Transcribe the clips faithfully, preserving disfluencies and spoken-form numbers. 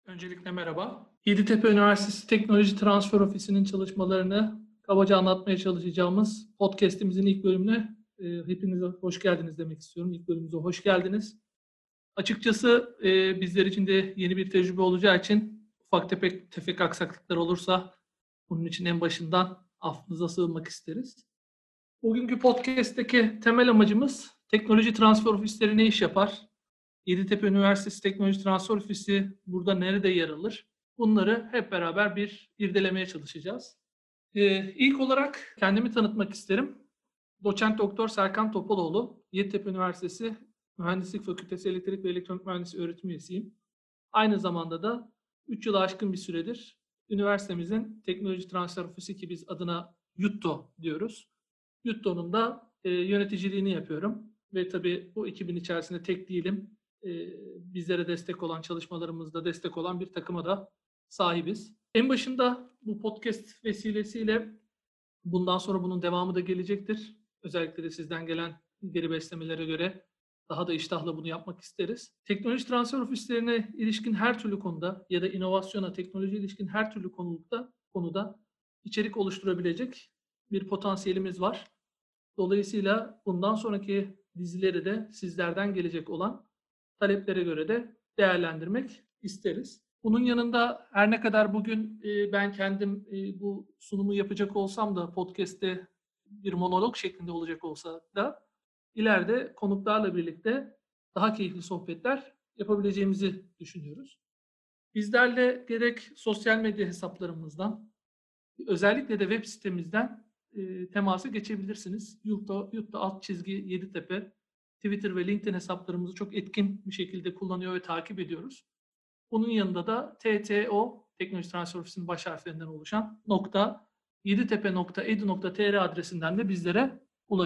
Öncelikle merhaba. Yeditepe Üniversitesi Teknoloji Transfer Ofisi'nin çalışmalarını kabaca anlatmaya çalışacağımız podcast'imizin ilk bölümüne e, hepinize hoş geldiniz demek istiyorum. İlk bölümümüze hoş geldiniz. Açıkçası e, bizler için de yeni bir tecrübe olacağı için ufak tefek, tefek aksaklıklar olursa bunun için en başından affınıza sığınmak isteriz. Bugünkü podcast'teki temel amacımız teknoloji transfer ofisleri ne iş yapar? Yeditepe Üniversitesi Teknoloji Transfer Ofisi burada nerede yer alır? Bunları hep beraber bir irdelemeye çalışacağız. Ee, ilk olarak kendimi tanıtmak isterim. Doçent Doktor Serkan Topaloğlu, Yeditepe Üniversitesi Mühendislik Fakültesi Elektrik ve Elektronik Mühendisliği öğretim üyesiyim. Aynı zamanda da üç yılı aşkın bir süredir üniversitemizin Teknoloji Transfer Ofisi ki biz adına YUTTO diyoruz. YUTTO'nun da e, yöneticiliğini yapıyorum. Ve tabii bu ekibin içerisinde tek değilim. E, bizlere destek olan, çalışmalarımızda destek olan bir takıma da sahibiz. En başında bu podcast vesilesiyle bundan sonra bunun devamı da gelecektir. Özellikle de sizden gelen geri beslemelere göre daha da iştahla bunu yapmak isteriz. Teknoloji transfer ofislerine ilişkin her türlü konuda ya da inovasyona, teknoloji ilişkin her türlü konuda, konuda içerik oluşturabilecek bir potansiyelimiz var. Dolayısıyla bundan sonraki dizileri de sizlerden gelecek olan taleplere göre de değerlendirmek isteriz. Bunun yanında her ne kadar bugün e, ben kendim e, bu sunumu yapacak olsam da podcast'te bir monolog şeklinde olacak olsa da ileride konuklarla birlikte daha keyifli sohbetler yapabileceğimizi düşünüyoruz. Bizlerle gerek sosyal medya hesaplarımızdan, özellikle de web sitemizden e, temasa geçebilirsiniz. Yurtta, yurtta alt çizgi Yeditepe, Twitter ve LinkedIn hesaplarımızı çok etkin bir şekilde kullanıyor ve takip ediyoruz. Bunun yanında da T T O, Teknoloji Transfer Ofisi'nin baş harflerinden oluşan nokta yeditepe nokta edu nokta tr adresinden de bizlere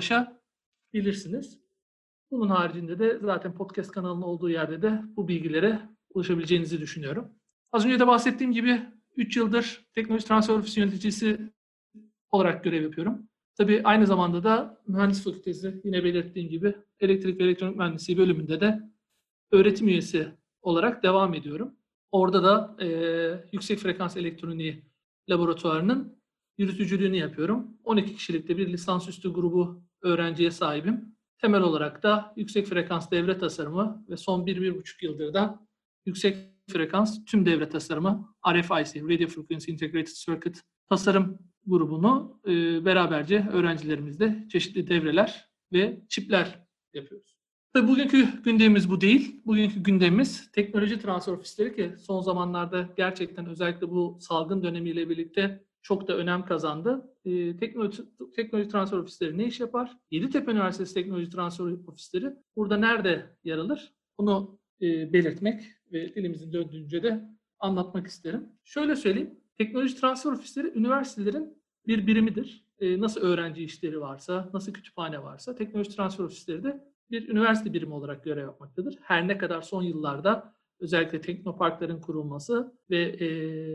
ulaşabilirsiniz. Bunun haricinde de zaten podcast kanalının olduğu yerde de bu bilgilere ulaşabileceğinizi düşünüyorum. Az önce de bahsettiğim gibi üç yıldır Teknoloji Transfer Ofisi yöneticisi olarak görev yapıyorum. Tabii aynı zamanda da Mühendislik Fakültesi, yine belirttiğim gibi Elektrik ve Elektronik Mühendisliği bölümünde de öğretim üyesi olarak devam ediyorum. Orada da e, yüksek frekans elektroniği laboratuvarının yürütücülüğünü yapıyorum. on iki kişilikte bir lisansüstü grubu öğrenciye sahibim. Temel olarak da yüksek frekans devre tasarımı ve son bir bir buçuk yıldır da yüksek frekans tüm devre tasarımı R F I C, Radio Frequency Integrated Circuit tasarım grubunu e, beraberce öğrencilerimizle çeşitli devreler ve çipler yapıyoruz. Tabii bugünkü gündemimiz bu değil. Bugünkü gündemimiz teknoloji transfer ofisleri ki son zamanlarda gerçekten özellikle bu salgın dönemiyle birlikte çok da önem kazandı. Ee, teknoloji, teknoloji transfer ofisleri ne iş yapar? Yeditepe Üniversitesi Teknoloji Transfer Ofisleri burada nerede yer alır? Bunu e, belirtmek ve dilimizin döndüğünce de anlatmak isterim. Şöyle söyleyeyim. Teknoloji transfer ofisleri üniversitelerin bir birimidir. Ee, nasıl öğrenci işleri varsa, nasıl kütüphane varsa teknoloji transfer ofisleri de bir üniversite birimi olarak görev yapmaktadır. Her ne kadar son yıllarda özellikle teknoparkların kurulması ve e,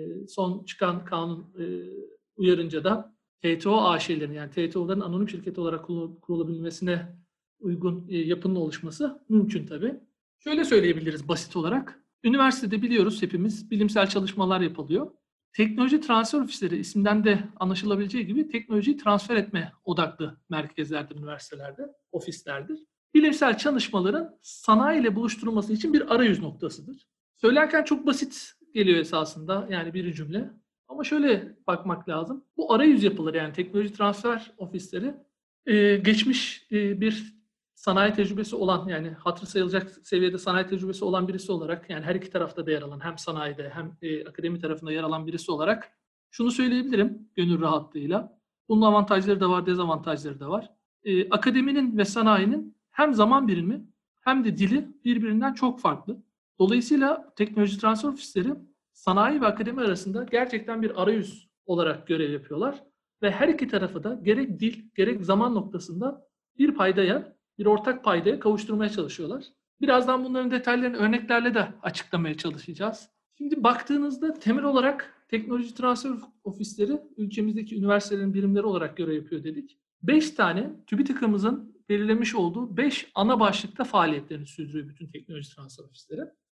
son çıkan kanun e, uyarınca da T T O A Ş'lerin yani T T O'ların anonim şirket olarak kurulabilmesine uygun e, yapının oluşması mümkün tabii. Şöyle söyleyebiliriz basit olarak. Üniversitede biliyoruz hepimiz bilimsel çalışmalar yapılıyor. Teknoloji transfer ofisleri isimden de anlaşılabileceği gibi teknolojiyi transfer etme odaklı merkezlerdir, üniversitelerde, ofislerdir. Bilimsel çalışmaların sanayiyle buluşturulması için bir arayüz noktasıdır. Söylerken çok basit geliyor esasında yani bir cümle. Ama şöyle bakmak lazım. Bu arayüz yapıları yani teknoloji transfer ofisleri e, geçmiş e, bir sanayi tecrübesi olan yani hatırı sayılacak seviyede sanayi tecrübesi olan birisi olarak yani her iki tarafta da yer alan hem sanayide hem e, akademi tarafında yer alan birisi olarak şunu söyleyebilirim gönül rahatlığıyla. Bunun avantajları da var, dezavantajları da var. E, akademinin ve sanayinin hem zaman birimi hem de dili birbirinden çok farklı. Dolayısıyla teknoloji transfer ofisleri sanayi ve akademi arasında gerçekten bir arayüz olarak görev yapıyorlar. Ve her iki tarafı da gerek dil gerek zaman noktasında bir paydaya, bir ortak paydaya kavuşturmaya çalışıyorlar. Birazdan bunların detaylarını örneklerle de açıklamaya çalışacağız. Şimdi baktığınızda temel olarak teknoloji transfer ofisleri ülkemizdeki üniversitelerin birimleri olarak görev yapıyor dedik. Beş tane TÜBİTAK'ımızın belirlemiş olduğu beş ana başlıkta faaliyetlerini sürdürüyor bütün teknoloji transfer ofisleri.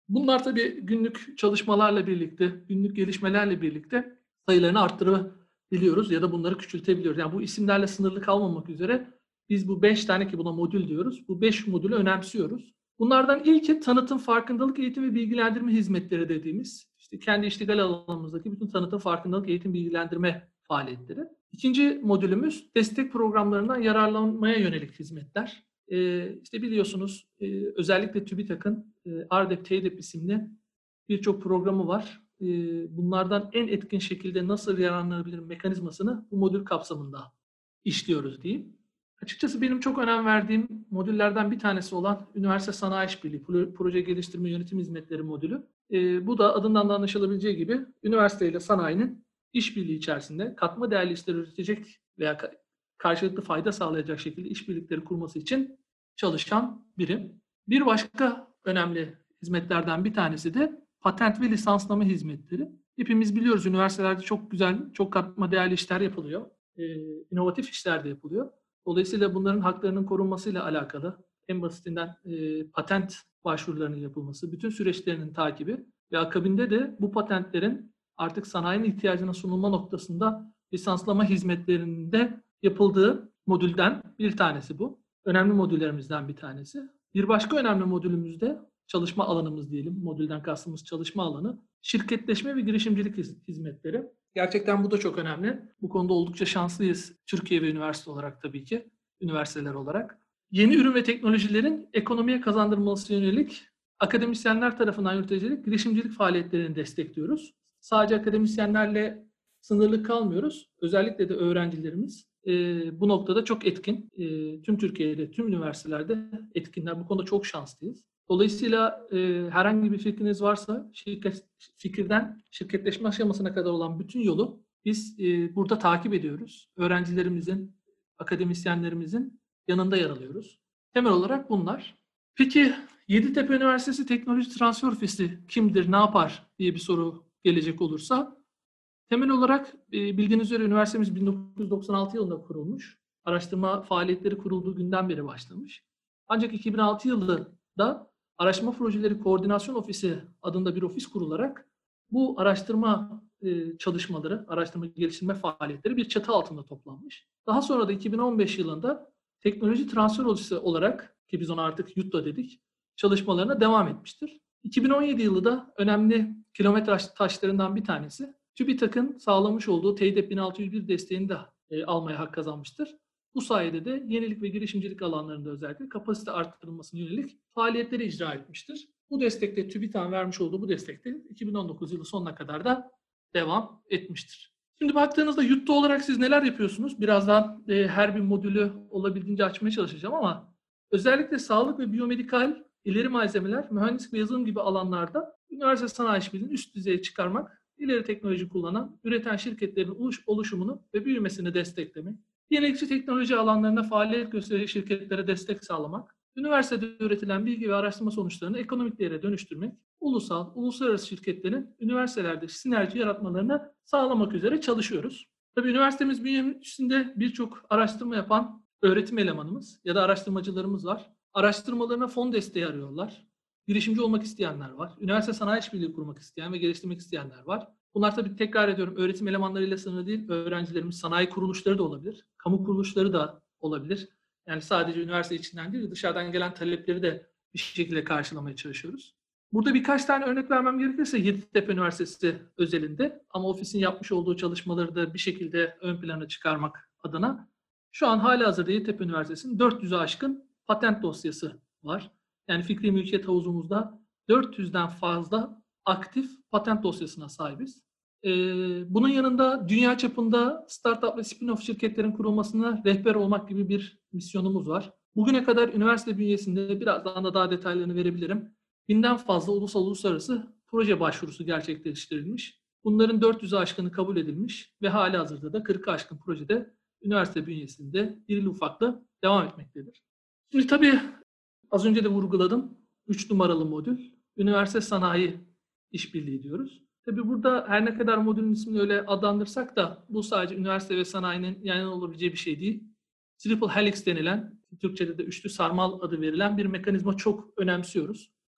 Bunlar tabii günlük çalışmalarla birlikte, günlük gelişmelerle birlikte sayılarını arttırabiliyoruz ya da bunları küçültebiliyoruz. Yani bu isimlerle sınırlı kalmamak üzere biz bu beş tane, ki buna modül diyoruz, bu beş modülü önemsiyoruz. Bunlardan ilki tanıtım, farkındalık, eğitim ve bilgilendirme hizmetleri dediğimiz, işte kendi iştigal alanımızdaki bütün tanıtım, farkındalık, eğitim, bilgilendirme faaliyetleri. İkinci modülümüz destek programlarından yararlanmaya yönelik hizmetler. Ee, işte biliyorsunuz e, özellikle TÜBİTAK'ın e, ARDEP, TEYDEP isimli birçok programı var. E, bunlardan en etkin şekilde nasıl yararlanabilir mekanizmasını bu modül kapsamında işliyoruz diyeyim. Açıkçası benim çok önem verdiğim modüllerden bir tanesi olan Üniversite Sanayi İşbirliği Proje Geliştirme Yönetim Hizmetleri modülü. E, bu da adından da anlaşılabileceği gibi üniversite ile sanayinin işbirliği içerisinde katma değerli işler üretecek veya karşılıklı fayda sağlayacak şekilde işbirlikleri kurması için çalışan birim. Bir başka önemli hizmetlerden bir tanesi de patent ve lisanslama hizmetleri. Hepimiz biliyoruz, üniversitelerde çok güzel, çok katma değerli işler yapılıyor. Ee, inovatif işler de yapılıyor. Dolayısıyla bunların haklarının korunmasıyla alakalı en basitinden e, patent başvurularının yapılması, bütün süreçlerinin takibi ve akabinde de bu patentlerin artık sanayinin ihtiyacına sunulma noktasında lisanslama hizmetlerinde yapıldığı modülden bir tanesi bu. Önemli modüllerimizden bir tanesi. Bir başka önemli modülümüz de çalışma alanımız diyelim. Modülden kastımız çalışma alanı. Şirketleşme ve girişimcilik hizmetleri. Gerçekten bu da çok önemli. Bu konuda oldukça şanslıyız Türkiye ve üniversite olarak tabii ki. Üniversiteler olarak. Yeni ürün ve teknolojilerin ekonomiye kazandırılması yönelik akademisyenler tarafından yürütülecek girişimcilik faaliyetlerini destekliyoruz. Sadece akademisyenlerle sınırlı kalmıyoruz. Özellikle de öğrencilerimiz e, bu noktada çok etkin. E, tüm Türkiye'de, tüm üniversitelerde etkinler. Bu konuda çok şanslıyız. Dolayısıyla e, herhangi bir fikriniz varsa şirket, fikirden şirketleşme aşamasına kadar olan bütün yolu biz e, burada takip ediyoruz. Öğrencilerimizin, akademisyenlerimizin yanında yer alıyoruz. Temel olarak bunlar. Peki Yeditepe Üniversitesi Teknoloji Transfer Ofisi kimdir, ne yapar diye bir soru gelecek olursa, temel olarak e, bildiğiniz üzere üniversitemiz bin dokuz yüz doksan altı yılında kurulmuş. Araştırma faaliyetleri kurulduğu günden beri başlamış. Ancak iki bin altı yılında Araştırma Projeleri Koordinasyon Ofisi adında bir ofis kurularak bu araştırma e, çalışmaları, araştırma geliştirme faaliyetleri bir çatı altında toplanmış. Daha sonra da iki bin on beş yılında Teknoloji Transfer Ofisi olarak, ki biz ona artık YUTTA dedik, çalışmalarına devam etmiştir. iki bin on yedi yılı da önemli kilometre taşlarından bir tanesi. TÜBİTAK'ın sağlamış olduğu TEYDEP bin altı yüz bir desteğini de e, almaya hak kazanmıştır. Bu sayede de yenilik ve girişimcilik alanlarında özellikle kapasite arttırılmasına yönelik faaliyetleri icra etmiştir. Bu destekte TÜBİTAK'ın vermiş olduğu bu destekte iki bin on dokuz yılı sonuna kadar da devam etmiştir. Şimdi baktığınızda YUTTA olarak siz neler yapıyorsunuz? Birazdan e, her bir modülü olabildiğince açmaya çalışacağım ama özellikle sağlık ve biyomedikal, ileri malzemeler, mühendislik ve yazılım gibi alanlarda üniversite sanayi işbirliğini üst düzeye çıkarmak, ileri teknoloji kullanan, üreten şirketlerin oluş, oluşumunu ve büyümesini desteklemek, yenilikçi teknoloji alanlarında faaliyet gösterecek şirketlere destek sağlamak, üniversitede üretilen bilgi ve araştırma sonuçlarını ekonomik değere dönüştürmek, ulusal, uluslararası şirketlerin üniversitelerde sinerji yaratmalarını sağlamak üzere çalışıyoruz. Tabii üniversitemiz bünyesinde birçok araştırma yapan öğretim elemanımız ya da araştırmacılarımız var. Araştırmalarına fon desteği arıyorlar. Girişimci olmak isteyenler var. Üniversite sanayi işbirliği kurmak isteyen ve geliştirmek isteyenler var. Bunlar tabii tekrar ediyorum öğretim elemanlarıyla sınırlı değil. Öğrencilerimiz sanayi kuruluşları da olabilir. Kamu kuruluşları da olabilir. Yani sadece üniversite içinden değil, dışarıdan gelen talepleri de bir şekilde karşılamaya çalışıyoruz. Burada birkaç tane örnek vermem gerekirse Yeditepe Üniversitesi özelinde, ama ofisin yapmış olduğu çalışmaları da bir şekilde ön plana çıkarmak adına, şu an halihazırda Yeditepe Üniversitesi'nin dört yüze aşkın patent dosyası var. Yani fikri mülkiyet havuzumuzda dört yüzden fazla aktif patent dosyasına sahibiz. Ee, bunun yanında dünya çapında startup ve spin-off şirketlerin kurulmasına rehber olmak gibi bir misyonumuz var. Bugüne kadar üniversite bünyesinde, birazdan da daha detaylarını verebilirim, binden fazla ulusal uluslararası proje başvurusu gerçekleştirilmiş. Bunların dört yüze aşkını kabul edilmiş ve halihazırda da kırka aşkın projede üniversite bünyesinde irili ufaklı devam etmektedir. Şimdi tabii az önce de vurguladım. Üç numaralı modül, üniversite sanayi işbirliği diyoruz. Tabii burada her ne kadar modülün ismini öyle adlandırsak da bu sadece üniversite ve sanayinin yan yana olabileceği bir şey değil. Triple Helix denilen, Türkçe'de de üçlü sarmal adı verilen bir mekanizma çok önemsiyoruz.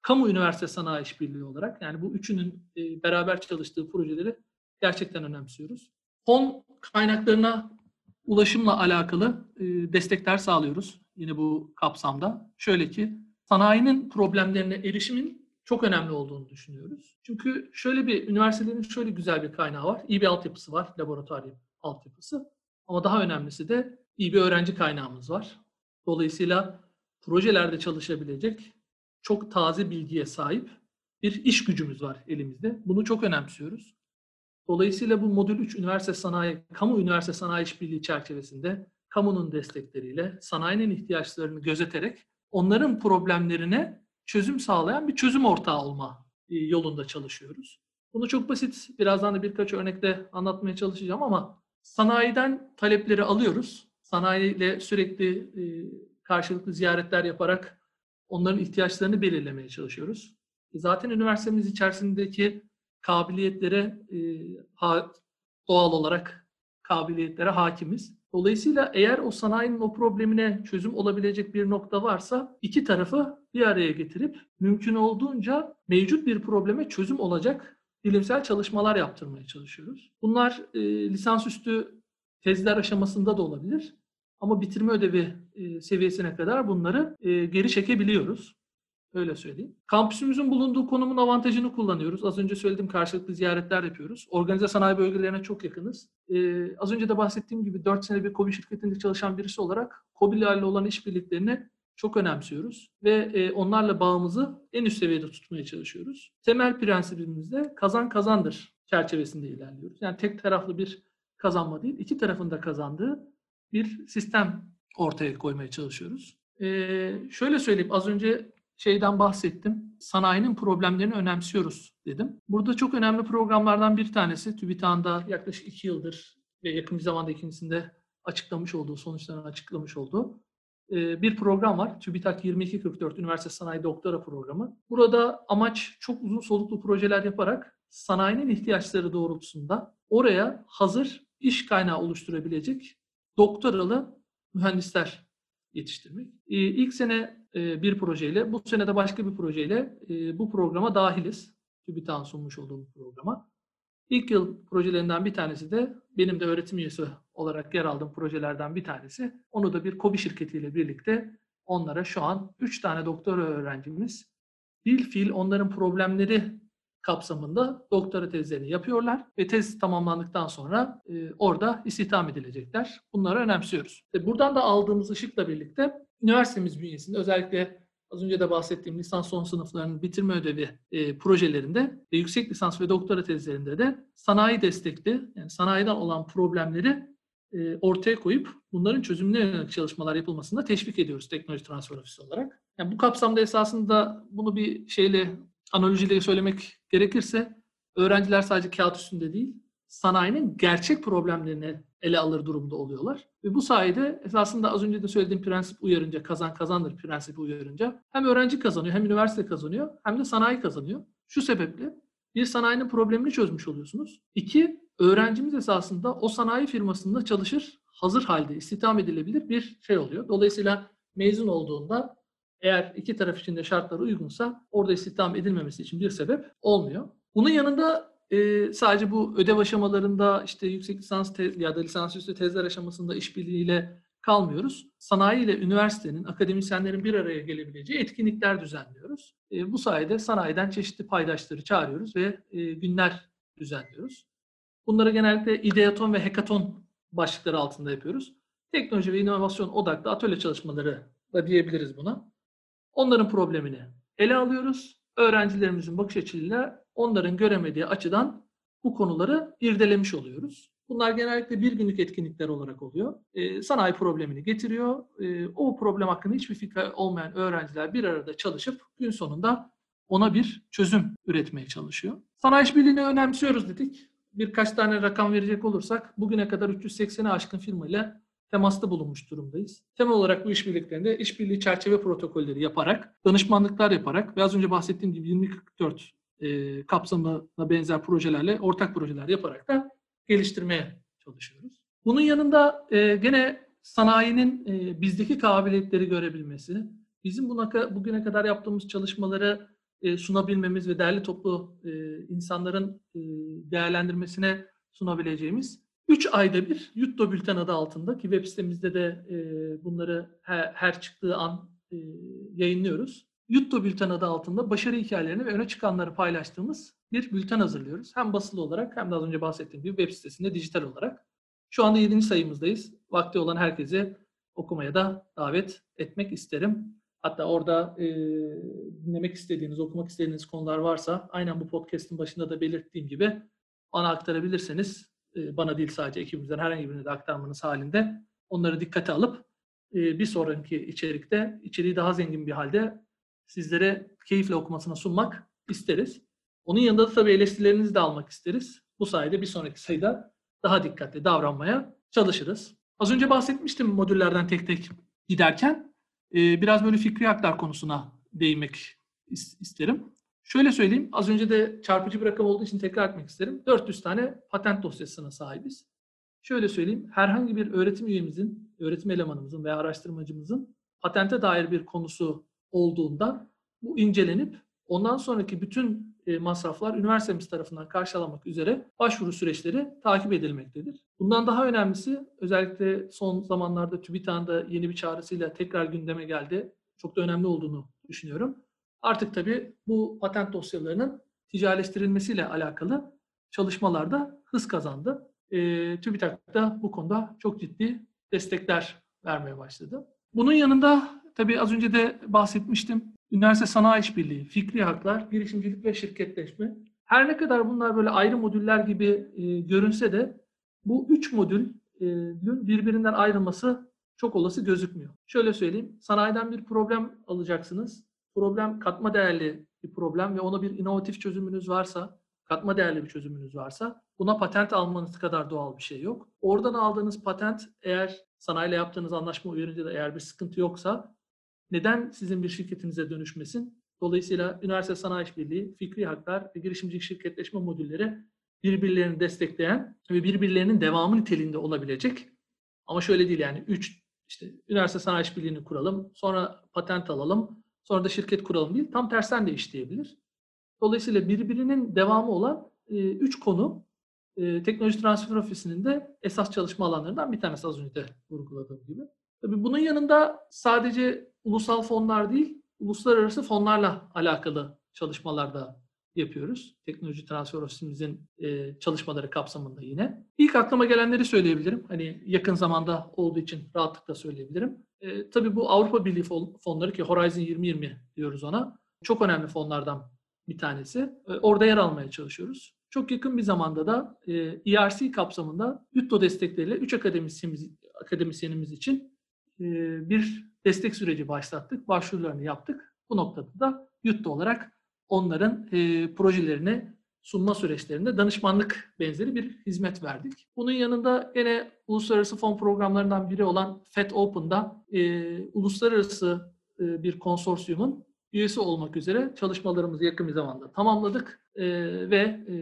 kamu üniversite sanayi işbirliği olarak, yani bu üçünün e, beraber çalıştığı projeleri gerçekten önemsiyoruz. Fon kaynaklarına ulaşımla alakalı e, destekler sağlıyoruz yine bu kapsamda. Şöyle ki, sanayinin problemlerine erişimin çok önemli olduğunu düşünüyoruz. Çünkü şöyle bir, üniversitelerin şöyle güzel bir kaynağı var. İyi bir altyapısı var, laboratuvar altyapısı. Ama daha önemlisi de iyi bir öğrenci kaynağımız var. Dolayısıyla projelerde çalışabilecek çok taze bilgiye sahip bir iş gücümüz var elimizde. Bunu çok önemsiyoruz. Dolayısıyla bu Modül üç Üniversite Sanayi, Kamu Üniversite Sanayi İşbirliği çerçevesinde kamunun destekleriyle sanayinin ihtiyaçlarını gözeterek onların problemlerine çözüm sağlayan bir çözüm ortağı olma yolunda çalışıyoruz. Bunu çok basit, birazdan da birkaç örnekle anlatmaya çalışacağım ama sanayiden talepleri alıyoruz. Sanayiyle sürekli e, karşılıklı ziyaretler yaparak onların ihtiyaçlarını belirlemeye çalışıyoruz. Zaten üniversitemiz içerisindeki kabiliyetlere e, ha, doğal olarak kabiliyetlere hakimiz. Dolayısıyla eğer o sanayinin o problemine çözüm olabilecek bir nokta varsa iki tarafı bir araya getirip mümkün olduğunca mevcut bir probleme çözüm olacak bilimsel çalışmalar yaptırmaya çalışıyoruz. Bunlar e, lisansüstü tezler aşamasında da olabilir ama bitirme ödevi e, seviyesine kadar bunları e, geri çekebiliyoruz. Öyle söyleyeyim. Kampüsümüzün bulunduğu konumun avantajını kullanıyoruz. Az önce söylediğim karşılıklı ziyaretler yapıyoruz. Organize sanayi bölgelerine çok yakınız. Ee, az önce de bahsettiğim gibi dört sene bir KOBİ şirketinde çalışan birisi olarak KOBİ'lerle olan işbirliklerini çok önemsiyoruz. Ve e, onlarla bağımızı en üst seviyede tutmaya çalışıyoruz. Temel prensibimiz de kazan kazandır çerçevesinde ilerliyoruz. Yani tek taraflı bir kazanma değil, iki tarafın da kazandığı bir sistem ortaya koymaya çalışıyoruz. Ee, şöyle söyleyeyim, az önce şeyden bahsettim. Sanayinin problemlerini önemsiyoruz dedim. Burada çok önemli programlardan bir tanesi, TÜBİTAK'ın da yaklaşık iki yıldır ve yakın bir zamanda ikincisinde açıklamış olduğu, sonuçlarını açıklamış olduğu bir program var. TÜBİTAK yirmi iki kırk dört Üniversite Sanayi Doktora Programı. Burada amaç çok uzun soluklu projeler yaparak sanayinin ihtiyaçları doğrultusunda oraya hazır iş kaynağı oluşturabilecek doktoralı mühendisler yetiştirmek. İlk sene bir projeyle, bu sene de başka bir projeyle bu programa dahiliz. TÜBİTAK'ın sunmuş olduğu programa. İlk yıl projelerinden bir tanesi de benim de öğretim üyesi olarak yer aldığım projelerden bir tanesi. Onu da bir KOBİ şirketiyle birlikte onlara şu an üç tane doktora öğrencimiz bil fiil onların problemleri kapsamında doktora tezlerini yapıyorlar ve tez tamamlandıktan sonra e, orada istihdam edilecekler. Bunları önemsiyoruz. E, buradan da aldığımız ışıkla birlikte üniversitemiz bünyesinde özellikle az önce de bahsettiğim lisans son sınıflarının bitirme ödevi e, projelerinde ve yüksek lisans ve doktora tezlerinde de sanayi destekli, yani sanayiden olan problemleri e, ortaya koyup bunların çözümüne yönelik çalışmalar yapılmasını da teşvik ediyoruz teknoloji transfer ofisi olarak. Yani bu kapsamda esasında bunu bir şeyle, analojiyle söylemek gerekirse öğrenciler sadece kağıt üstünde değil, sanayinin gerçek problemlerini ele alır durumda oluyorlar. Ve bu sayede esasında az önce de söylediğim prensip uyarınca, kazan kazandır prensibi uyarınca hem öğrenci kazanıyor, hem üniversite kazanıyor, hem de sanayi kazanıyor. Şu sebeple bir, sanayinin problemini çözmüş oluyorsunuz. İki, öğrencimiz esasında o sanayi firmasında çalışır, hazır halde istihdam edilebilir bir şey oluyor. Dolayısıyla mezun olduğunda eğer iki taraf için de şartlar uygunsa orada istihdam edilmemesi için bir sebep olmuyor. Bunun yanında e, sadece bu ödev aşamalarında işte yüksek lisans tez ya da lisansüstü tezler aşamasında işbirliğiyle kalmıyoruz. Sanayi ile üniversitenin, akademisyenlerin bir araya gelebileceği etkinlikler düzenliyoruz. E, bu sayede sanayiden çeşitli paydaşları çağırıyoruz ve e, günler düzenliyoruz. Bunları genellikle ideaton ve hackathon başlıkları altında yapıyoruz. Teknoloji ve inovasyon odaklı atölye çalışmaları da diyebiliriz buna. Onların problemini ele alıyoruz. Öğrencilerimizin bakış açıyla onların göremediği açıdan bu konuları irdelemiş oluyoruz. Bunlar genellikle bir günlük etkinlikler olarak oluyor. E, sanayi problemini getiriyor. E, o problem hakkında hiçbir fikri olmayan öğrenciler bir arada çalışıp gün sonunda ona bir çözüm üretmeye çalışıyor. Sanayi işbirliğini önemsiyoruz dedik. Birkaç tane rakam verecek olursak bugüne kadar üç yüz seksene aşkın firmayla temasta bulunmuş durumdayız. Temel olarak bu işbirliklerinde işbirliği çerçeve protokolleri yaparak, danışmanlıklar yaparak ve az önce bahsettiğim gibi yirmi kırk dört e, kapsamına benzer projelerle ortak projeler yaparak da geliştirmeye çalışıyoruz. Bunun yanında e, gene sanayinin e, bizdeki kabiliyetleri görebilmesi, bizim buna, bugüne kadar yaptığımız çalışmaları e, sunabilmemiz ve derli toplu e, insanların e, değerlendirmesine sunabileceğimiz üç ayda bir Yutto Bülten adı altında ki web sitemizde de e, bunları her, her çıktığı an e, yayınlıyoruz. Yutto Bülten adı altında başarı hikayelerini ve öne çıkanları paylaştığımız bir bülten hazırlıyoruz. Hem basılı olarak hem de az önce bahsettiğim gibi web sitesinde dijital olarak. Şu anda yedinci sayımızdayız. Vakti olan herkese okumaya da davet etmek isterim. Hatta orada e, dinlemek istediğiniz, okumak istediğiniz konular varsa aynen bu podcast'in başında da belirttiğim gibi bana aktarabilirseniz, e, bana değil sadece ekibimizden herhangi birine de aktarmanız halinde onları dikkate alıp e, bir sonraki içerikte içeriği daha zengin bir halde sizlere keyifle okumasına sunmak isteriz. Onun yanında da tabii eleştirilerinizi de almak isteriz. Bu sayede bir sonraki sayıda daha dikkatli davranmaya çalışırız. Az önce bahsetmiştim modüllerden tek tek giderken. Ee, biraz böyle fikri haklar konusuna değinmek isterim. Şöyle söyleyeyim, az önce de çarpıcı bir rakam olduğu için tekrar etmek isterim. dört yüz tane patent dosyasına sahibiz. Şöyle söyleyeyim, herhangi bir öğretim üyemizin, öğretim elemanımızın veya araştırmacımızın patente dair bir konusu olduğunda bu incelenip ondan sonraki bütün e, masraflar üniversitemiz tarafından karşılanmak üzere başvuru süreçleri takip edilmektedir. Bundan daha önemlisi özellikle son zamanlarda TÜBİTAK'ın da yeni bir çağrısıyla tekrar gündeme geldi. Çok da önemli olduğunu düşünüyorum. Artık tabii bu patent dosyalarının ticaretleştirilmesiyle alakalı çalışmalarda hız kazandı. E, TÜBİTAK da bu konuda çok ciddi destekler vermeye başladı. Bunun yanında tabii az önce de bahsetmiştim. Üniversite sanayi işbirliği, fikri haklar, girişimcilik ve şirketleşme. Her ne kadar bunlar böyle ayrı modüller gibi e, görünse de bu üç modülün birbirinden ayrılması çok olası gözükmüyor. Şöyle söyleyeyim, sanayiden bir problem alacaksınız. Problem katma değerli bir problem ve ona bir inovatif çözümünüz varsa, katma değerli bir çözümünüz varsa buna patent almanız kadar doğal bir şey yok. Oradan aldığınız patent eğer sanayiyle yaptığınız anlaşma uyarınca da eğer bir sıkıntı yoksa neden sizin bir şirketinize dönüşmesin? Dolayısıyla üniversite sanayi işbirliği, fikri haklar ve girişimcilik şirketleşme modülleri birbirlerini destekleyen ve birbirlerinin devamı niteliğinde olabilecek. Ama şöyle değil yani üç işte üniversite sanayi işbirliğini kuralım, sonra patent alalım, sonra da şirket kuralım değil. Tam tersten de işleyebilir. Dolayısıyla birbirinin devamı olan e, üç konu e, Teknoloji Transfer Ofisi'nin de esas çalışma alanlarından bir tanesi az önce de vurguladığım gibi. Tabii bunun yanında sadece ulusal fonlar değil, uluslararası fonlarla alakalı çalışmalar da yapıyoruz. Teknoloji Transfer Ofisimizin e, çalışmaları kapsamında yine. İlk aklıma gelenleri söyleyebilirim. Hani yakın zamanda olduğu için rahatlıkla söyleyebilirim. E, tabii bu Avrupa Birliği fonları ki Horizon yirmi yirmi diyoruz ona. Çok önemli fonlardan bir tanesi. E, orada yer almaya çalışıyoruz. Çok yakın bir zamanda da e, E R C kapsamında Yutto destekleriyle üç akademisyenimiz, akademisyenimiz için e, bir destek süreci başlattık. Başvurularını yaptık. Bu noktada da Yutto olarak onların e, projelerini sunma süreçlerinde danışmanlık benzeri bir hizmet verdik. Bunun yanında yine uluslararası fon programlarından biri olan F E D Open'da e, uluslararası e, bir konsorsiyumun üyesi olmak üzere çalışmalarımızı yakın bir zamanda tamamladık e, ve e,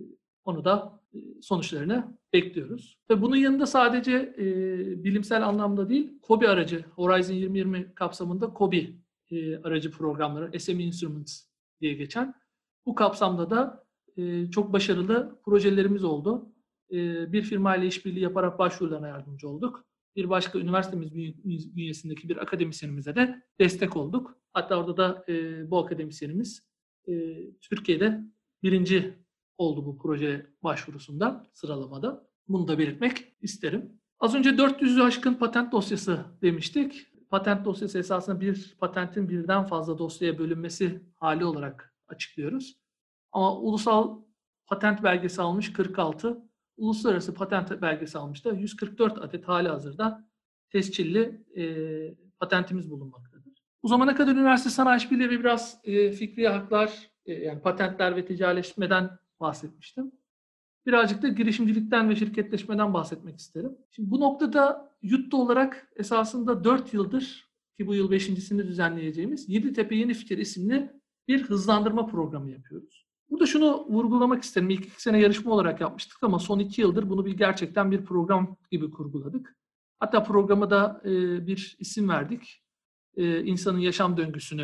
onu da e, sonuçlarını bekliyoruz. Ve bunun yanında sadece e, bilimsel anlamda değil, KOBİ aracı, Horizon yirmi yirmi kapsamında KOBİ e, aracı programları, S M E Instruments diye geçen. Bu kapsamda da e, çok başarılı projelerimiz oldu. E, bir firmayla işbirliği yaparak başvurularına yardımcı olduk. Bir başka üniversitemiz bünyesindeki bir akademisyenimize de destek olduk. Hatta orada da e, bu akademisyenimiz e, Türkiye'de birinci oldu bu proje başvurusunda, sıralamada. Bunu da belirtmek isterim. Az önce dört yüzü aşkın patent dosyası demiştik. Patent dosyası esasında bir patentin birden fazla dosyaya bölünmesi hali olarak açıklıyoruz. Ama ulusal patent belgesi almış kırk altı, uluslararası patent belgesi almış da yüz kırk dört adet hali hazırda tescilli e, patentimiz bulunmaktadır. Bu zamana kadar üniversite sanayi işbirliği ve biraz e, fikri haklar, e, yani patentler ve ticaretleşmeden bahsetmiştim. Birazcık da girişimcilikten ve şirketleşmeden bahsetmek isterim. Şimdi bu noktada Yutto olarak esasında dört yıldır ki bu yıl beşincisini düzenleyeceğimiz Yeditepe Yeni Fikir isimli bir hızlandırma programı yapıyoruz. Burada şunu vurgulamak isterim. İlk iki sene yarışma olarak yapmıştık ama son iki yıldır bunu bir gerçekten bir program gibi kurguladık. Hatta programa da e, bir isim verdik. E, insanın yaşam döngüsünü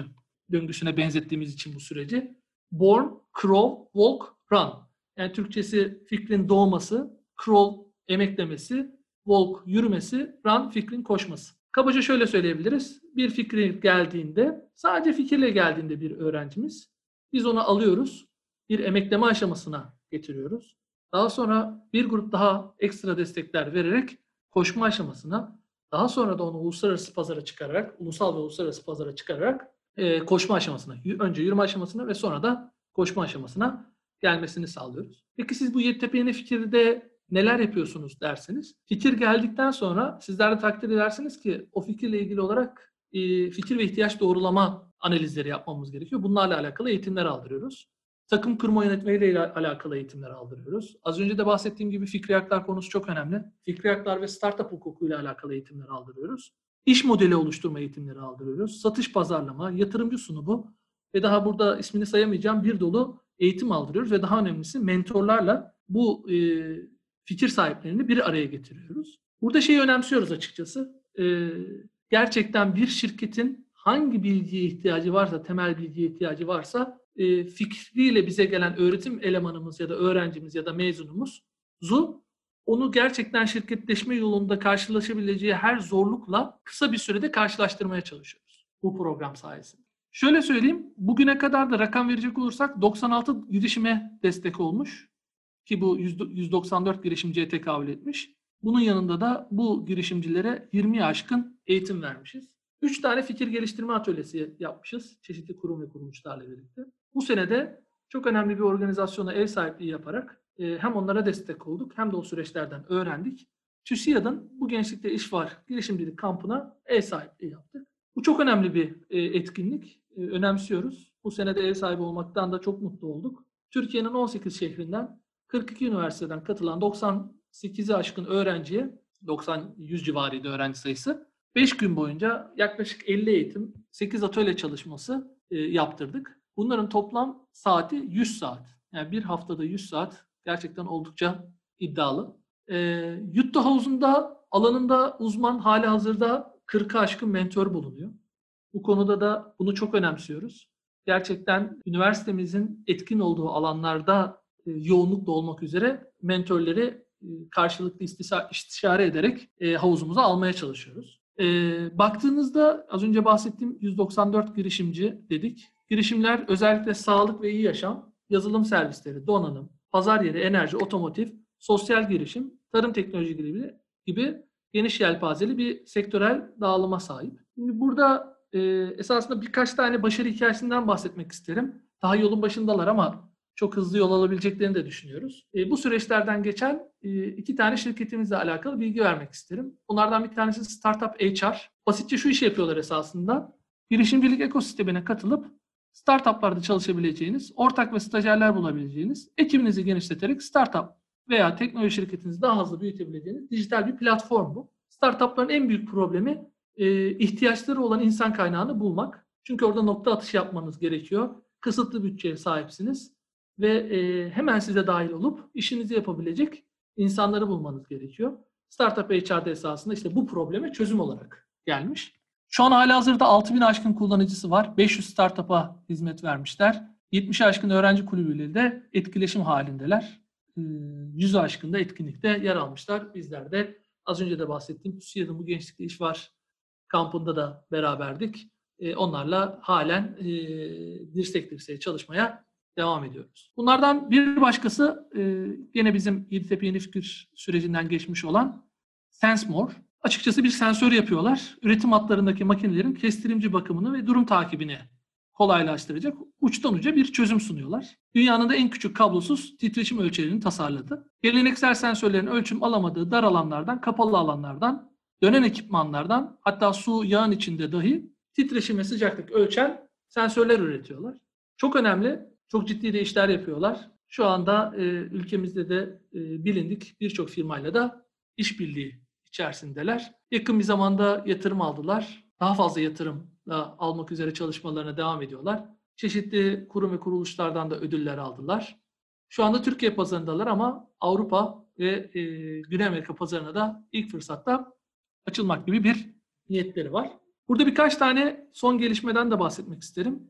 döngüsüne benzettiğimiz için bu süreci. Born, crawl, walk, run. Yani Türkçesi fikrin doğması, crawl emeklemesi, walk yürümesi, run fikrin koşması. Kabaca şöyle söyleyebiliriz. Bir fikri geldiğinde, sadece fikirle geldiğinde bir öğrencimiz, biz onu alıyoruz, bir emekleme aşamasına getiriyoruz. Daha sonra bir grup daha ekstra destekler vererek koşma aşamasına, daha sonra da onu uluslararası pazara çıkararak, ulusal ve uluslararası pazara çıkararak e, koşma aşamasına, önce yürüme aşamasına ve sonra da koşma aşamasına gelmesini sağlıyoruz. Peki siz bu Yeditepe Yeni Fikir'de neler yapıyorsunuz derseniz, fikir geldikten sonra sizler de takdir edersiniz ki o fikirle ilgili olarak e, fikir ve ihtiyaç doğrulama analizleri yapmamız gerekiyor. Bunlarla alakalı eğitimler aldırıyoruz. Takım kurma yönetmeliğiyle alakalı eğitimler aldırıyoruz. Az önce de bahsettiğim gibi fikri haklar konusu çok önemli. Fikri haklar ve startup hukukuyla alakalı eğitimler aldırıyoruz. İş modeli oluşturma eğitimleri aldırıyoruz. Satış pazarlama, yatırımcı sunumu ve daha burada ismini sayamayacağım bir dolu eğitim aldırıyoruz ve daha önemlisi mentorlarla bu e, fikir sahiplerini bir araya getiriyoruz. Burada şeyi önemsiyoruz açıkçası. E, gerçekten bir şirketin hangi bilgiye ihtiyacı varsa, temel bilgiye ihtiyacı varsa e, fikriyle bize gelen öğretim elemanımız ya da öğrencimiz ya da mezunumuzu onu gerçekten şirketleşme yolunda karşılaşabileceği her zorlukla kısa bir sürede karşılaştırmaya çalışıyoruz bu program sayesinde. Şöyle söyleyeyim, bugüne kadar da rakam verecek olursak doksan altı girişime destek olmuş ki bu yüz doksan dört girişimciye tekabül etmiş. Bunun yanında da bu girişimcilere yirmiye aşkın eğitim vermişiz. üç tane fikir geliştirme atölyesi yapmışız çeşitli kurum ve kuruluşlarla birlikte. Bu sene de çok önemli bir organizasyona ev sahipliği yaparak hem onlara destek olduk hem de o süreçlerden öğrendik. TÜSİAD'ın Bu Gençlikte İş Var girişimcilik kampına ev sahipliği yaptık. Bu çok önemli bir etkinlik. Önemsiyoruz. Bu sene de ev sahibi olmaktan da çok mutlu olduk. Türkiye'nin on sekiz şehrinden kırk iki üniversiteden katılan doksan sekizi aşkın öğrenciye, doksan yüz civarıydı öğrenci sayısı, beş gün boyunca yaklaşık elli eğitim, sekiz atölye çalışması yaptırdık. Bunların toplam saati yüz saat. Yani bir haftada yüz saat gerçekten oldukça iddialı. E, Yuttu Havuz'unda alanında uzman hali hazırda kırka aşkın mentor bulunuyor. Bu konuda da bunu çok önemsiyoruz. Gerçekten üniversitemizin etkin olduğu alanlarda e, yoğunlukla olmak üzere mentorları e, karşılıklı istişare ederek e, havuzumuza almaya çalışıyoruz. E, baktığınızda az önce bahsettiğim yüz doksan dört girişimci dedik. Girişimler özellikle sağlık ve iyi yaşam, yazılım servisleri, donanım, pazar yeri, enerji, otomotiv, sosyal girişim, tarım teknoloji gibi, gibi geniş yelpazeli bir sektörel dağılıma sahip. Şimdi burada e, esasında birkaç tane başarı hikayesinden bahsetmek isterim. Daha yolun başındalar ama çok hızlı yol alabileceklerini de düşünüyoruz. E, bu süreçlerden geçen e, iki tane şirketimizle alakalı bilgi vermek isterim. Bunlardan bir tanesi Startup H R. Basitçe şu işi yapıyorlar esasında. Girişimcilik ekosistemine katılıp startuplarda çalışabileceğiniz, ortak ve stajyerler bulabileceğiniz, ekibinizi genişleterek startup veya teknoloji şirketinizi daha hızlı büyütebileceğiniz dijital bir platform bu. Startupların en büyük problemi e, ihtiyaçları olan insan kaynağını bulmak. Çünkü orada nokta atışı yapmanız gerekiyor. Kısıtlı bütçeye sahipsiniz ve e, hemen size dahil olup işinizi yapabilecek insanları bulmanız gerekiyor. Startup H R'de esasında işte bu probleme çözüm olarak gelmiş. Şu an halihazırda altı bin aşkın kullanıcısı var. beş yüz startup'a hizmet vermişler. yetmişe aşkın öğrenci kulübüyle de etkileşim halindeler. yüze aşkın da etkinlikte yer almışlar. Bizler de az önce de bahsettiğim TÜSİAD'ın Bu Gençlikte İş Var kampında da beraberdik. Onlarla halen dirsek dirseğe çalışmaya devam ediyoruz. Bunlardan bir başkası yine bizim Yeditepe Yeni Fikir sürecinden geçmiş olan SenseMore. Açıkçası bir sensör yapıyorlar. Üretim hatlarındaki makinelerin kestirimci bakımını ve durum takibini kolaylaştıracak uçtan uca bir çözüm sunuyorlar. Dünyanın da en küçük kablosuz titreşim ölçerini tasarladı. Geleneksel sensörlerin ölçüm alamadığı dar alanlardan, kapalı alanlardan, dönen ekipmanlardan, hatta su, yağın içinde dahi titreşim ve sıcaklık ölçen sensörler üretiyorlar. Çok önemli, çok ciddi de işler yapıyorlar. Şu anda e, ülkemizde de e, bilindik birçok firmayla da işbirliği içerisindeler. Yakın bir zamanda yatırım aldılar. Daha fazla yatırım da almak üzere çalışmalarına devam ediyorlar. Çeşitli kurum ve kuruluşlardan da ödüller aldılar. Şu anda Türkiye pazarındalar ama Avrupa ve e, Güney Amerika pazarına da ilk fırsatta açılmak gibi bir niyetleri var. Burada birkaç tane son gelişmeden de bahsetmek isterim.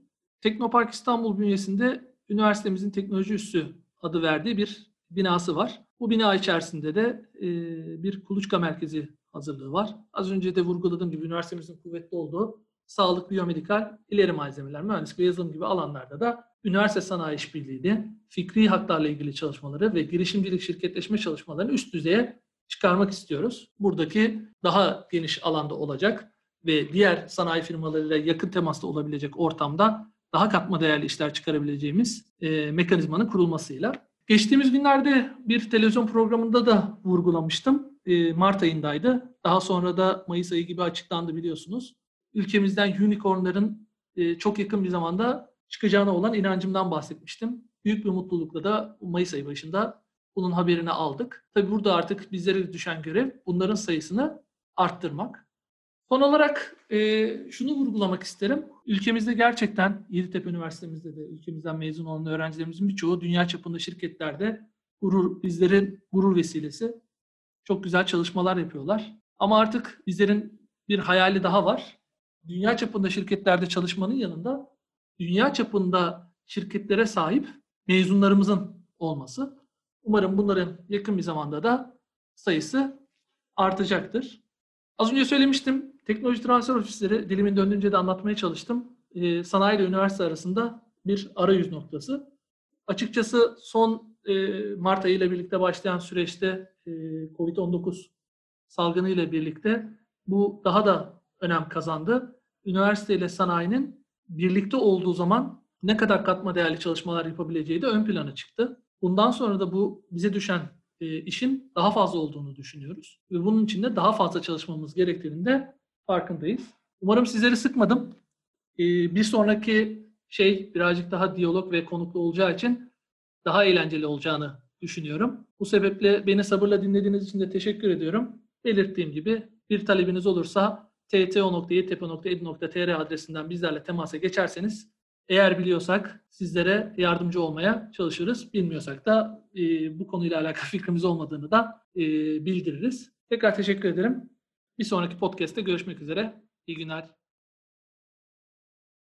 Teknopark İstanbul bünyesinde üniversitemizin teknoloji üssü adı verdiği bir binası var. Bu bina içerisinde de e, bir kuluçka merkezi hazırlığı var. Az önce de vurguladığım gibi üniversitemizin kuvvetli olduğu sağlık, biyomedikal, ileri malzemeler, mühendislik ve yazılım gibi alanlarda da üniversite sanayi işbirliğini, fikri haklarla ilgili çalışmaları ve girişimcilik şirketleşme çalışmalarını üst düzeye çıkarmak istiyoruz. Buradaki daha geniş alanda olacak ve diğer sanayi firmalarıyla yakın temasta olabilecek ortamda daha katma değerli işler çıkarabileceğimiz e, mekanizmanın kurulmasıyla. Geçtiğimiz günlerde bir televizyon programında da vurgulamıştım. E, Mart ayındaydı. Daha sonra da Mayıs ayı gibi açıklandı biliyorsunuz. Ülkemizden unicornların e, çok yakın bir zamanda çıkacağına olan inancımdan bahsetmiştim. Büyük bir mutlulukla da Mayıs ayı başında bunun haberini aldık. Tabii burada artık bizlere düşen görev bunların sayısını arttırmak. Son olarak e, şunu vurgulamak isterim. Ülkemizde gerçekten Yeditepe Üniversitemizde de ülkemizden mezun olan öğrencilerimizin birçoğu dünya çapında şirketlerde gurur, bizlerin gurur vesilesi çok güzel çalışmalar yapıyorlar. Ama artık bizlerin bir hayali daha var. Dünya çapında şirketlerde çalışmanın yanında dünya çapında şirketlere sahip mezunlarımızın olması. Umarım bunların yakın bir zamanda da sayısı artacaktır. Az önce söylemiştim, teknoloji transfer ofisleri dilimin döndüğünce de anlatmaya çalıştım. Ee, sanayi ile üniversite arasında bir arayüz noktası. Açıkçası son e, Mart ayı ile birlikte başlayan süreçte e, kovid on dokuz salgını ile birlikte bu daha da önem kazandı. Üniversite ile sanayinin birlikte olduğu zaman ne kadar katma değerli çalışmalar yapabileceği de ön plana çıktı. Bundan sonra da bu bize düşen e, işin daha fazla olduğunu düşünüyoruz. Ve bunun için de daha fazla çalışmamız gerektiğinin de farkındayız. Umarım sizleri sıkmadım. E, bir sonraki şey birazcık daha diyalog ve konuklu olacağı için daha eğlenceli olacağını düşünüyorum. Bu sebeple beni sabırla dinlediğiniz için de teşekkür ediyorum. Belirttiğim gibi bir talebiniz olursa t t o nokta yeditepe nokta e d u nokta t r adresinden bizlerle temasa geçerseniz eğer biliyorsak sizlere yardımcı olmaya çalışırız. Bilmiyorsak da e, bu konuyla alakalı fikrimiz olmadığını da e, bildiririz. Tekrar teşekkür ederim. Bir sonraki podcast'te görüşmek üzere. İyi günler.